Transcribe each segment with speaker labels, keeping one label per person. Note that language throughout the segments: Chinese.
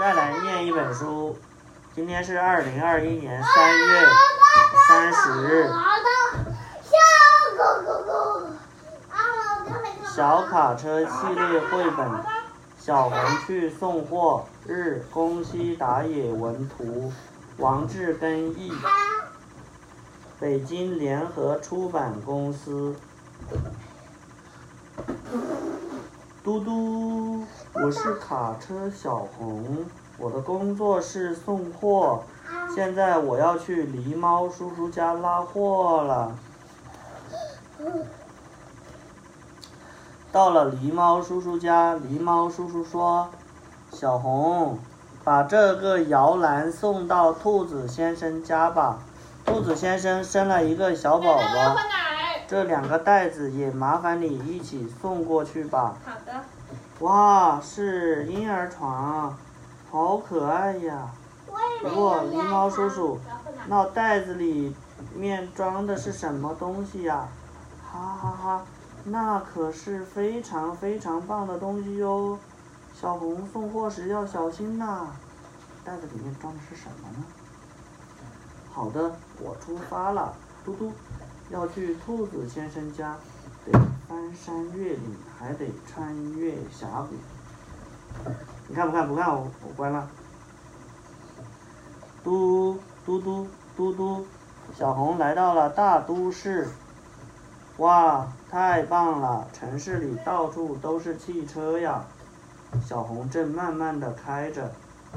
Speaker 1: 再来念一本书。今天是2021年3月30日。小卡车系列绘本，小红去送货，日宫西达也文图，王志根译，北京联合出版公司。嘟嘟，我是卡车小红，我的工作是送货，现在我要去狸猫叔叔家拉货了。到了狸猫叔叔家，狸猫叔叔说：“小红，把这个摇篮送到兔子先生家吧。兔子先生生了一个小宝宝，这2个袋子也麻烦你一起送过去吧。”
Speaker 2: 好的。
Speaker 1: 哇，是婴儿床，好可爱呀！不过狸猫叔叔，那袋子里面装的是什么东西呀？哈哈哈，那可是非常非常棒的东西哟！小红送货时要小心呐。袋子里面装的是什么呢？好的，我出发了，嘟嘟，要去兔子先生家，得翻山越岭，还得穿越峡谷。你看不看？不看我关了。嘟嘟嘟嘟嘟，小红来到了大都市。哇，太棒了！城市里到处都是汽车呀。小红正慢慢地开着。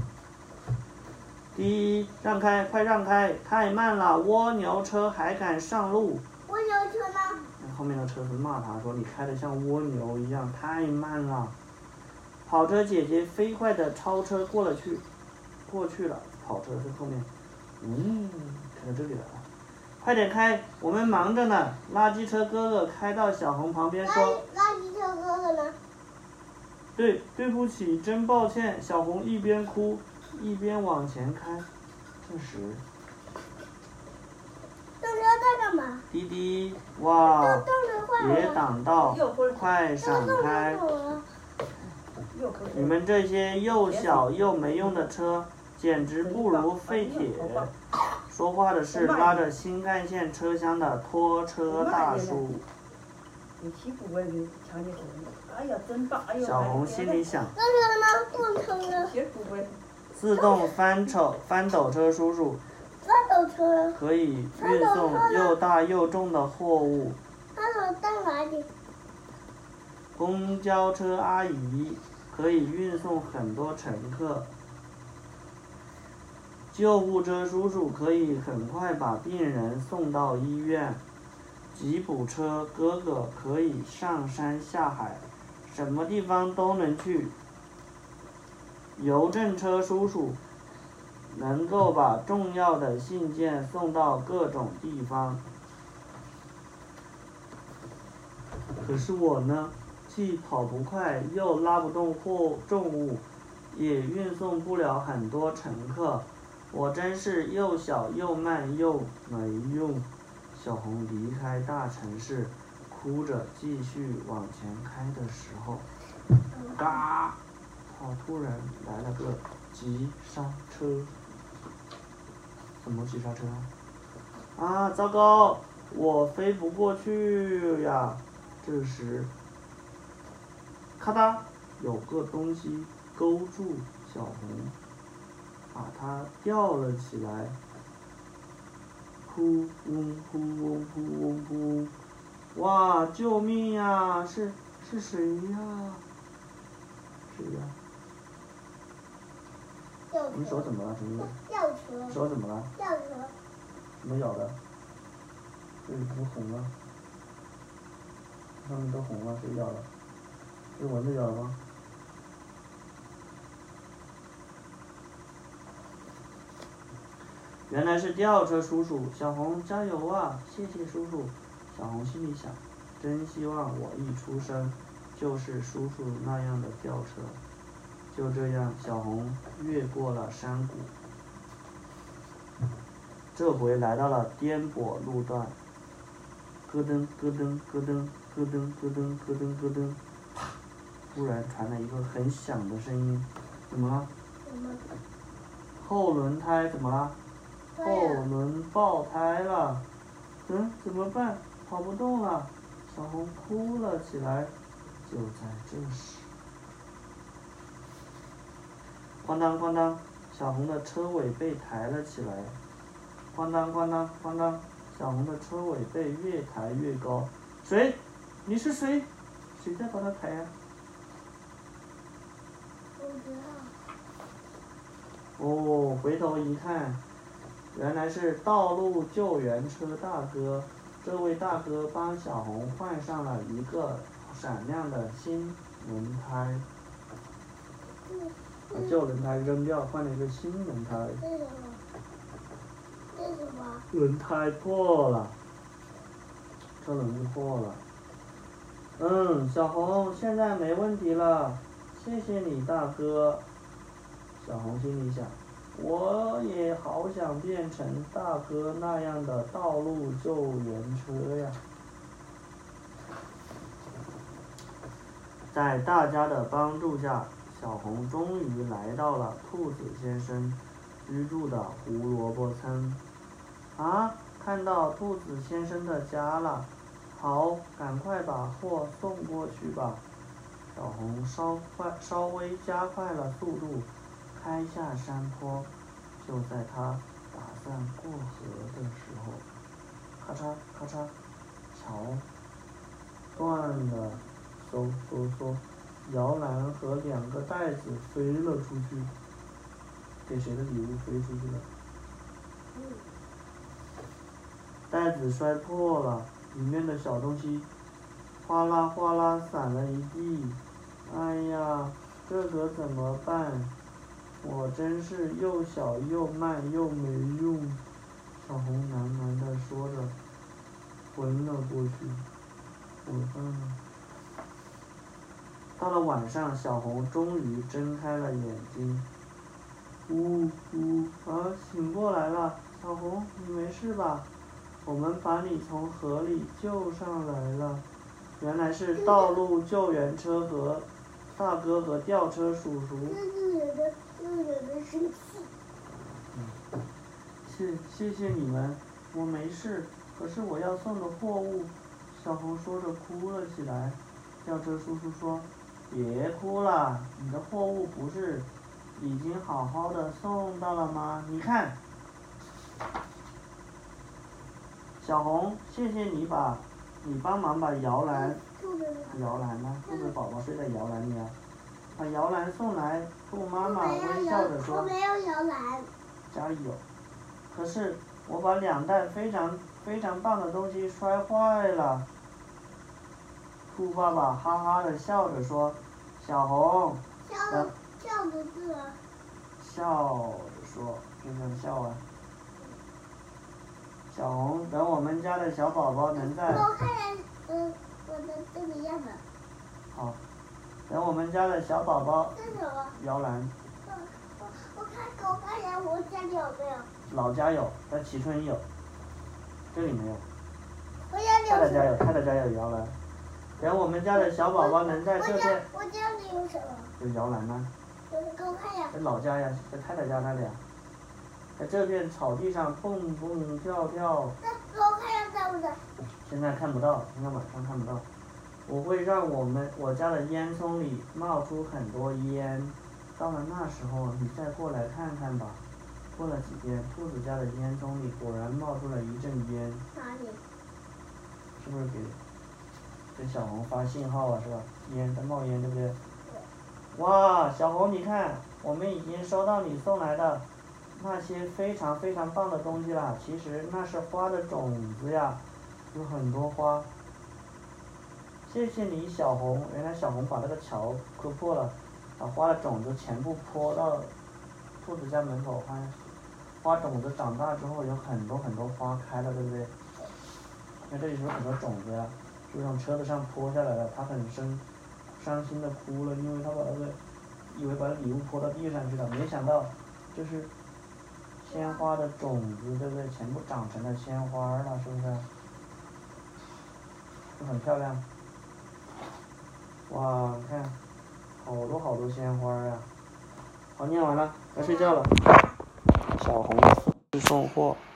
Speaker 1: 第一，让开，快让开！太慢了，蜗牛车还敢上路。
Speaker 3: 蜗牛车呢？
Speaker 1: 后面的车子骂他说：“你开得像蜗牛一样，太慢了。”跑车姐姐飞快地超车过了。跑车是后面，开到这里来了。快点开，我们忙着呢。垃圾车哥哥开到小红旁边说：“
Speaker 3: 垃圾车哥哥呢？”
Speaker 1: 对不起，真抱歉。小红一边哭一边往前开。这时，
Speaker 3: 动车在干嘛？
Speaker 1: 滴滴，哇，别挡道，快闪开！你们这些又小又没用的车，简直不如废铁。说话的是拉着新干线车厢的拖车大叔。小红心里想：
Speaker 3: 动车呢？
Speaker 1: 自动翻斗车叔叔可以运送又大又重的货物。
Speaker 3: 它在哪里？
Speaker 1: 公交车阿姨可以运送很多乘客。救护车叔叔可以很快把病人送到医院。吉普车哥哥可以上山下海，什么地方都能去。邮政车叔叔能够把重要的信件送到各种地方。可是我呢，既跑不快，又拉不动重物，也运送不了很多乘客。我真是又小又慢又没用。小红离开大城市，哭着继续往前开的时候，嘎！突然来了个急刹车。什么急刹车啊？糟糕，我飞不过去呀！这时，咔嗒，有个东西勾住小红，把它吊了起来。扑嗡扑嗡扑嗡扑！哇，救命呀！是谁呀？谁呀？你手怎么了，兄弟？
Speaker 3: 吊车。
Speaker 1: 手怎么了？
Speaker 3: 吊车。
Speaker 1: 怎么咬的？这里都红了，上面都红了，谁咬的？是蚊子咬的吗？原来是吊车叔叔，小红加油啊！谢谢叔叔。小红心里想，真希望我一出生就是叔叔那样的吊车。就这样，小红越过了山谷，这回来到了颠簸路段。咯噔咯噔咯噔咯噔咯噔咯噔咯噔，啪！突然传来一个很响的声音，怎么了？ 后轮胎怎么了？后轮爆胎了。怎么办？跑不动了。小红哭了起来。就在这时，哐当哐当，小红的车尾被抬了起来。哐当哐当哐当，小红的车尾被越抬越高。谁？你是谁？谁在把它抬呀？哦，回头一看，原来是道路救援车大哥。这位大哥帮小红换上了一个闪亮的新轮胎，把旧轮胎扔掉，换了一个新轮胎。
Speaker 3: 这是什么？
Speaker 1: 轮胎破了，车轮子破了。小红现在没问题了，谢谢你大哥。小红心里想，我也好想变成大哥那样的道路救援车呀。在大家的帮助下，小红终于来到了兔子先生居住的胡萝卜村。看到兔子先生的家了，好，赶快把货送过去吧。小红稍微加快了速度，开下山坡。就在他打算过河的时候，咔嚓咔嚓，桥断了，嗖嗖嗖，摇篮和2个袋子飞了出去。给谁的礼物飞出去了？袋子摔破了，里面的小东西哗啦哗啦散了一地。哎呀，这可怎么办？我真是又小又慢又没用。小红喃喃地说着，昏了过去。怎么办呢？到了晚上，小红终于睁开了眼睛。醒过来了。小红，你没事吧？我们把你从河里救上来了。原来是道路救援车和大哥和吊车叔叔。谢谢你们，我没事，可是我要送的货物。小红说着哭了起来。吊车叔叔说：“别哭了，你的货物不是已经好好的送到了吗？你看。”小红，谢谢你帮忙把摇篮呢？兔子宝宝睡在摇篮里啊。把摇篮送来，兔妈妈微笑着说：“
Speaker 3: 我没有摇篮。”
Speaker 1: 家里有。可是我把2袋非常非常棒的东西摔坏了。兔爸爸哈哈的笑着说：“小红。”
Speaker 3: 笑着字。
Speaker 1: 笑着说，这叫笑啊。小红，等我们家的小宝宝能在。
Speaker 3: 我看看，我的这个样子。
Speaker 1: 好，等我们家的小宝宝。
Speaker 3: 这是什么？
Speaker 1: 摇篮。
Speaker 3: 我看一下我家里有没有。
Speaker 1: 老家有，在蕲春有，这里没有。
Speaker 3: 我家里有。
Speaker 1: 太太家有摇篮。等我们家的小宝宝能在这边。
Speaker 3: 我家里有什么？
Speaker 1: 有摇篮呢。
Speaker 3: 给我看一下。
Speaker 1: 在老家呀，在太太家那里啊。在这片草地上蹦蹦跳跳。
Speaker 3: 给我看一下在不在？
Speaker 1: 现在看不到，现在晚上看不到。我会让我家的烟囱里冒出很多烟，到了那时候你再过来看看吧。过了几天，兔子家的烟囱里果然冒出了一阵烟。
Speaker 3: 哪里？
Speaker 1: 是不是给小红发信号啊？是吧？烟在冒烟，对不对？哇，小红，你看，我们已经收到你送来的那些非常非常棒的东西了。其实那是花的种子呀，有很多花。谢谢你，小红。原来小红把那个桥磕破了，把花的种子全部泼到兔子家门口。花种子长大之后有很多很多花开了，对不对？那这里是不是很多种子呀？就从车子上泼下来了，他很伤心的哭了，因为他以为把礼物泼到地上去了，没想到这是鲜花的种子，对不对？全部长成了鲜花了，是不是？就很漂亮。哇，你看，好多好多鲜花呀！ 好，念完了，该睡觉了。小红送货。